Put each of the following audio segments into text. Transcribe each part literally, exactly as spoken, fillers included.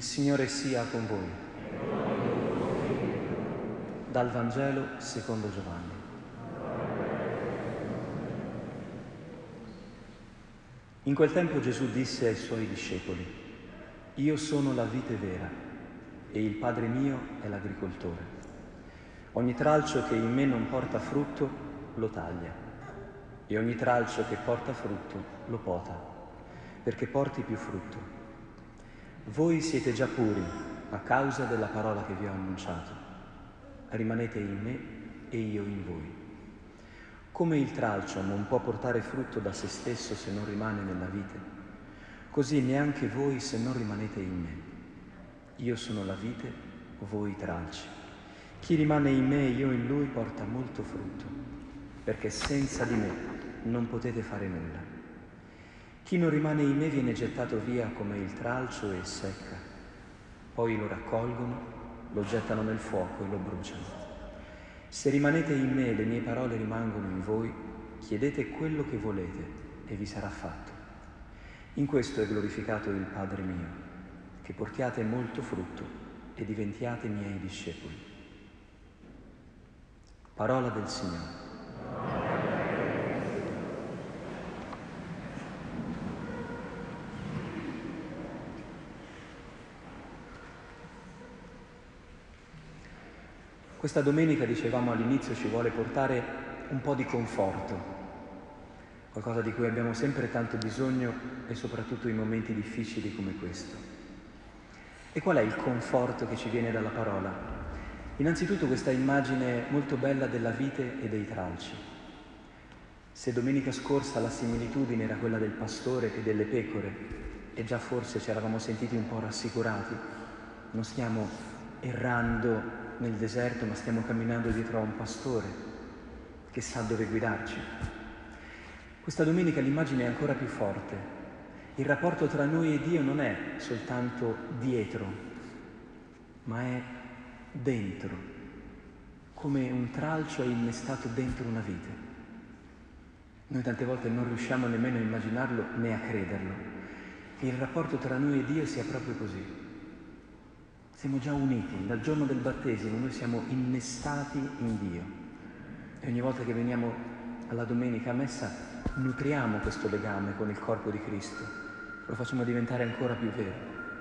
Il Signore sia con voi. Dal Vangelo secondo Giovanni. In quel tempo Gesù disse ai suoi discepoli: Io sono la vite vera e il Padre mio è l'agricoltore. Ogni tralcio che in me non porta frutto lo taglia e ogni tralcio che porta frutto lo pota, perché porti più frutto. Voi siete già puri a causa della parola che vi ho annunciato. Rimanete in me e io in voi. Come il tralcio non può portare frutto da se stesso se non rimane nella vite, così neanche voi se non rimanete in me. Io sono la vite, voi i tralci. Chi rimane in me e io in lui porta molto frutto, perché senza di me non potete fare nulla. Chi non rimane in me viene gettato via come il tralcio e secca. Poi lo raccolgono, lo gettano nel fuoco e lo bruciano. Se rimanete in me e le mie parole rimangono in voi, chiedete quello che volete e vi sarà fatto. In questo è glorificato il Padre mio, che portiate molto frutto e diventiate miei discepoli. Parola del Signore. Questa domenica, dicevamo all'inizio, ci vuole portare un po' di conforto, qualcosa di cui abbiamo sempre tanto bisogno e soprattutto in momenti difficili come questo. E qual è il conforto che ci viene dalla parola? Innanzitutto questa immagine molto bella della vite e dei tralci. Se domenica scorsa la similitudine era quella del pastore e delle pecore, e già forse ci eravamo sentiti un po' rassicurati, non stiamo errando nel deserto, ma stiamo camminando dietro a un pastore che sa dove guidarci. Questa domenica l'immagine è ancora più forte. Il rapporto tra noi e Dio non è soltanto dietro, ma è dentro, come un tralcio è innestato dentro una vite. Noi tante volte non riusciamo nemmeno a immaginarlo né a crederlo. Che il rapporto tra noi e Dio sia proprio così. Siamo già uniti, dal giorno del battesimo noi siamo innestati in Dio. E ogni volta che veniamo alla domenica a messa nutriamo questo legame con il corpo di Cristo, lo facciamo diventare ancora più vero.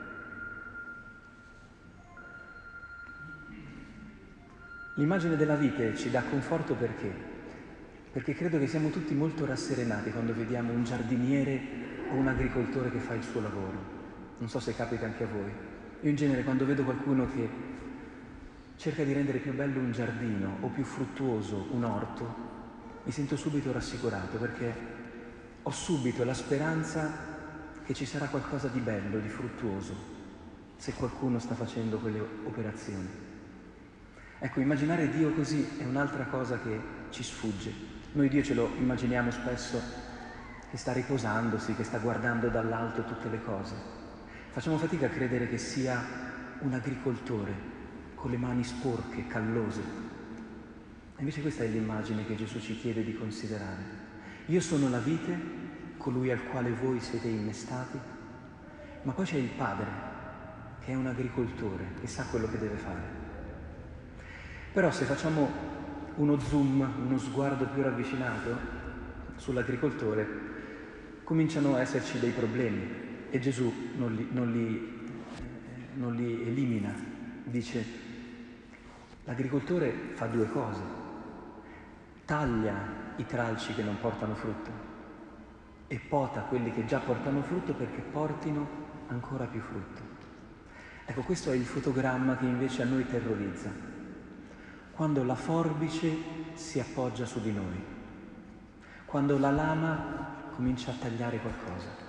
L'immagine della vite ci dà conforto perché? Perché credo che siamo tutti molto rasserenati quando vediamo un giardiniere o un agricoltore che fa il suo lavoro. Non so se capita anche a voi. Io in genere quando vedo qualcuno che cerca di rendere più bello un giardino o più fruttuoso un orto, mi sento subito rassicurato perché ho subito la speranza che ci sarà qualcosa di bello, di fruttuoso, se qualcuno sta facendo quelle operazioni. Ecco, immaginare Dio così è un'altra cosa che ci sfugge. Noi Dio ce lo immaginiamo spesso che sta riposandosi, che sta guardando dall'alto tutte le cose. Facciamo fatica a credere che sia un agricoltore con le mani sporche, callose. E invece questa è l'immagine che Gesù ci chiede di considerare. Io sono la vite, colui al quale voi siete innestati, ma poi c'è il Padre, che è un agricoltore, che sa quello che deve fare. Però se facciamo uno zoom, uno sguardo più ravvicinato sull'agricoltore, cominciano a esserci dei problemi. E Gesù non li, non, li, non li elimina, dice: l'agricoltore fa due cose, taglia i tralci che non portano frutto e pota quelli che già portano frutto perché portino ancora più frutto. Ecco, questo è il fotogramma che invece a noi terrorizza, quando la forbice si appoggia su di noi, quando la lama comincia a tagliare qualcosa.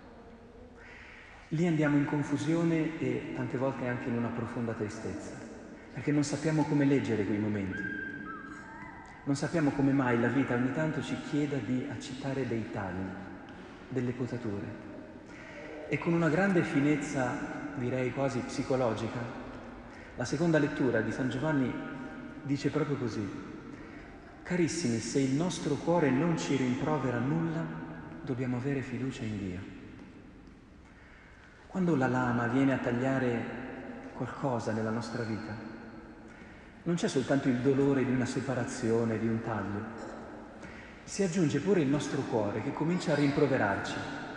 Lì andiamo in confusione e tante volte anche in una profonda tristezza, perché non sappiamo come leggere quei momenti. Non sappiamo come mai la vita ogni tanto ci chieda di accettare dei tagli, delle potature. E con una grande finezza, direi quasi psicologica, la seconda lettura di San Giovanni dice proprio così: carissimi, se il nostro cuore non ci rimprovera nulla, dobbiamo avere fiducia in Dio. Quando la lama viene a tagliare qualcosa nella nostra vita, non c'è soltanto il dolore di una separazione, di un taglio, si aggiunge pure il nostro cuore che comincia a rimproverarci,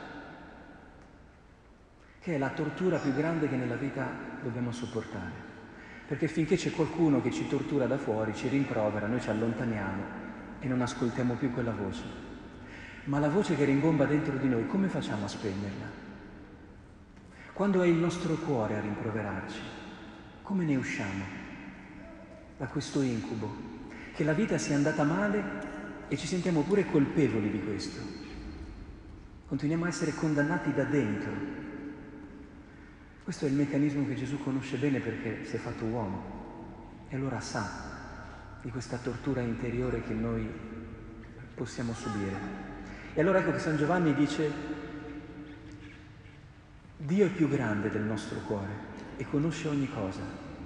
che è la tortura più grande che nella vita dobbiamo sopportare. Perché finché c'è qualcuno che ci tortura da fuori, ci rimprovera, noi ci allontaniamo e non ascoltiamo più quella voce. Ma la voce che rimbomba dentro di noi, come facciamo a spegnerla? Quando è il nostro cuore a rimproverarci, come ne usciamo da questo incubo? Che la vita sia andata male e ci sentiamo pure colpevoli di questo. Continuiamo a essere condannati da dentro. Questo è il meccanismo che Gesù conosce bene perché si è fatto uomo e allora sa di questa tortura interiore che noi possiamo subire. E allora ecco che San Giovanni dice: Dio è più grande del nostro cuore e conosce ogni cosa.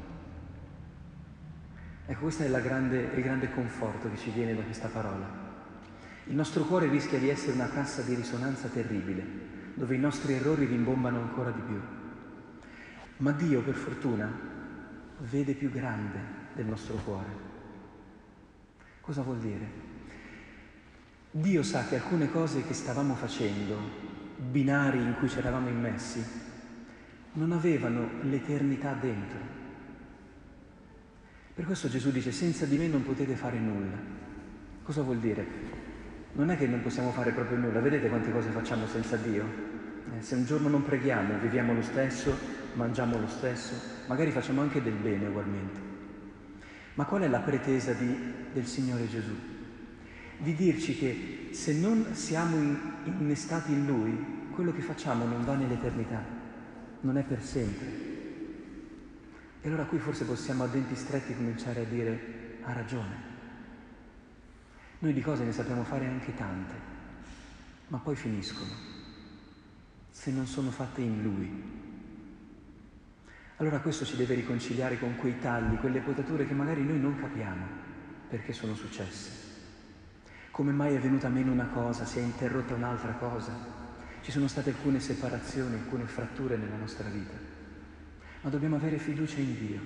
Ecco, questo è la grande, il grande conforto che ci viene da questa parola. Il nostro cuore rischia di essere una cassa di risonanza terribile, dove i nostri errori rimbombano ancora di più. Ma Dio, per fortuna, vede più grande del nostro cuore. Cosa vuol dire? Dio sa che alcune cose che stavamo facendo, binari in cui ci eravamo immessi, non avevano l'eternità dentro. Per questo Gesù dice: senza di me non potete fare nulla. Cosa vuol dire? Non è che non possiamo fare proprio nulla. Vedete quante cose facciamo senza Dio? Eh, se un giorno non preghiamo, viviamo lo stesso, mangiamo lo stesso, magari facciamo anche del bene ugualmente. Ma qual è la pretesa di, del Signore Gesù? Di dirci che se non siamo in, innestati in Lui, quello che facciamo non va nell'eternità, non è per sempre. E allora qui forse possiamo a denti stretti cominciare a dire: ha ragione. Noi di cose ne sappiamo fare anche tante, ma poi finiscono, se non sono fatte in Lui. Allora questo ci deve riconciliare con quei tagli, quelle potature che magari noi non capiamo perché sono successe. Come mai è venuta meno una cosa, si è interrotta un'altra cosa? Ci sono state alcune separazioni, alcune fratture nella nostra vita. Ma dobbiamo avere fiducia in Dio,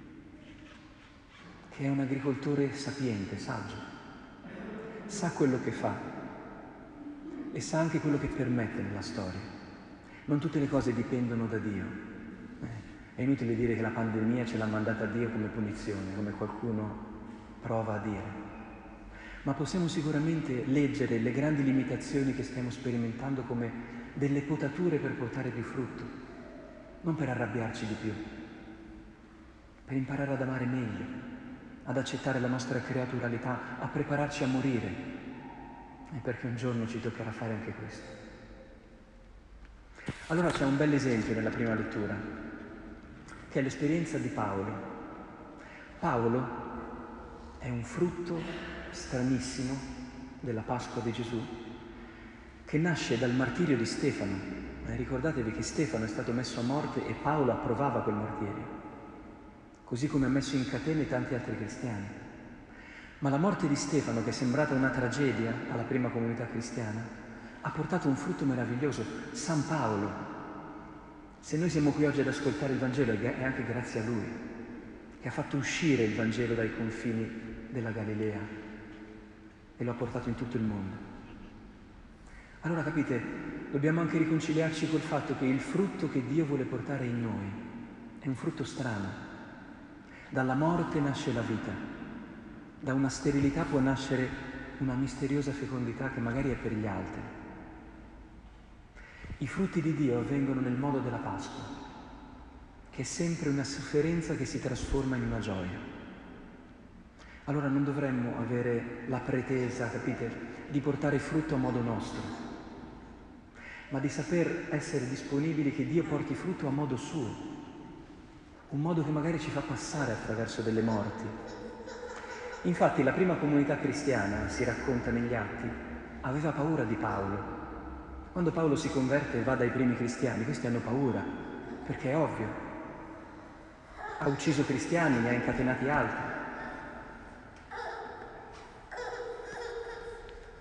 che è un agricoltore sapiente, saggio. Sa quello che fa e sa anche quello che permette nella storia. Non tutte le cose dipendono da Dio. Eh, è inutile dire che la pandemia ce l'ha mandata Dio come punizione, come qualcuno prova a dire. Ma possiamo sicuramente leggere le grandi limitazioni che stiamo sperimentando come delle potature per portare più frutto, non per arrabbiarci di più, per imparare ad amare meglio, ad accettare la nostra creaturalità, a prepararci a morire, e perché un giorno ci toccherà fare anche questo. Allora c'è un bel esempio nella prima lettura, che è l'esperienza di Paolo. Paolo è un frutto stranissimo della Pasqua di Gesù, che nasce dal martirio di Stefano. Eh, ricordatevi che Stefano è stato messo a morte e Paolo approvava quel martirio, così come ha messo in catene tanti altri cristiani. Ma la morte di Stefano, che è sembrata una tragedia alla prima comunità cristiana, ha portato un frutto meraviglioso, San Paolo. Se noi siamo qui oggi ad ascoltare il Vangelo è anche grazie a lui, che ha fatto uscire il Vangelo dai confini della Galilea e lo ha portato in tutto il mondo. Allora capite, dobbiamo anche riconciliarci col fatto che il frutto che Dio vuole portare in noi è un frutto strano. Dalla morte nasce la vita, da una sterilità può nascere una misteriosa fecondità che magari è per gli altri. I frutti di Dio avvengono nel modo della Pasqua, che è sempre una sofferenza che si trasforma in una gioia. Allora non dovremmo avere la pretesa, capite, di portare frutto a modo nostro, ma di saper essere disponibili che Dio porti frutto a modo suo, un modo che magari ci fa passare attraverso delle morti. Infatti la prima comunità cristiana, si racconta negli Atti, aveva paura di Paolo. Quando Paolo si converte e va dai primi cristiani, questi hanno paura, perché è ovvio. Ha ucciso cristiani, ne ha incatenati altri.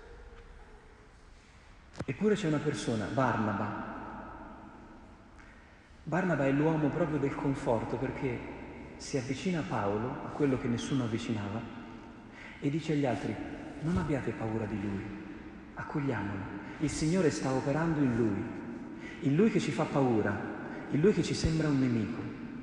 Eppure c'è una persona, Barnaba, Barnaba è l'uomo proprio del conforto, perché si avvicina a Paolo, a quello che nessuno avvicinava, e dice agli altri: non abbiate paura di lui, accogliamolo. Il Signore sta operando in lui, in lui che ci fa paura, in lui che ci sembra un nemico.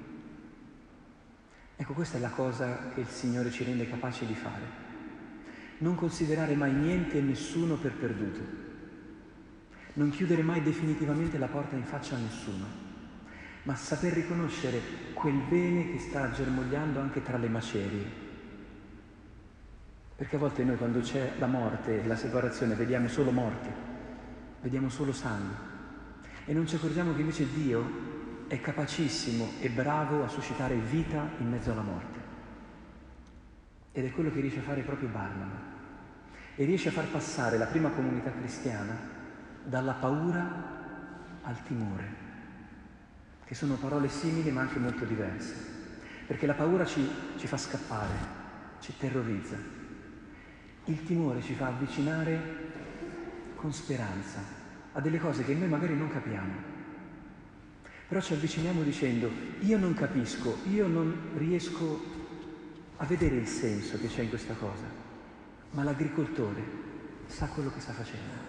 Ecco, questa è la cosa che il Signore ci rende capaci di fare. Non considerare mai niente e nessuno per perduto. Non chiudere mai definitivamente la porta in faccia a nessuno, ma saper riconoscere quel bene che sta germogliando anche tra le macerie. Perché a volte noi, quando c'è la morte e la separazione, vediamo solo morte, vediamo solo sangue, e non ci accorgiamo che invece Dio è capacissimo e bravo a suscitare vita in mezzo alla morte. Ed è quello che riesce a fare proprio Barnaba. E riesce a far passare la prima comunità cristiana dalla paura al timore, che sono parole simili ma anche molto diverse, perché la paura ci, ci fa scappare, ci terrorizza. Il timore ci fa avvicinare con speranza a delle cose che noi magari non capiamo, però ci avviciniamo dicendo: io non capisco, io non riesco a vedere il senso che c'è in questa cosa, ma l'agricoltore sa quello che sta facendo.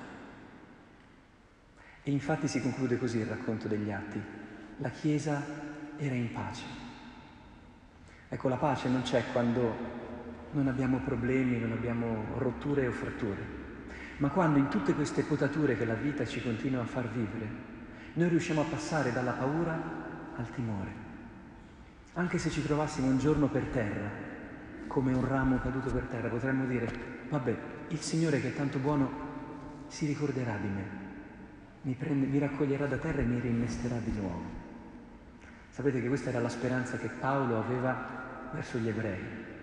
E infatti si conclude così il racconto degli Atti. La Chiesa era in pace. Ecco, la pace non c'è quando non abbiamo problemi, non abbiamo rotture o fratture, ma quando in tutte queste potature che la vita ci continua a far vivere, noi riusciamo a passare dalla paura al timore. Anche se ci trovassimo un giorno per terra, come un ramo caduto per terra, potremmo dire: vabbè, il Signore che è tanto buono si ricorderà di me, mi, prende, mi raccoglierà da terra e mi rinnesterà di nuovo. Sapete che questa era la speranza che Paolo aveva verso gli ebrei.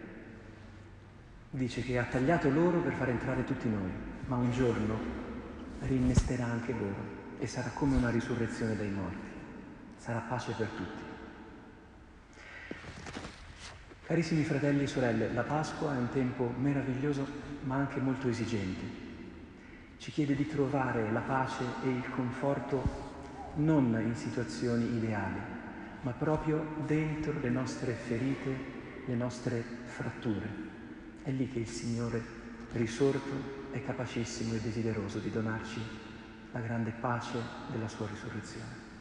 Dice che ha tagliato loro per far entrare tutti noi, ma un giorno rinnesterà anche loro e sarà come una risurrezione dai morti. Sarà pace per tutti. Carissimi fratelli e sorelle, la Pasqua è un tempo meraviglioso ma anche molto esigente. Ci chiede di trovare la pace e il conforto non in situazioni ideali, ma proprio dentro le nostre ferite, le nostre fratture. È lì che il Signore, risorto, è capacissimo e desideroso di donarci la grande pace della sua risurrezione.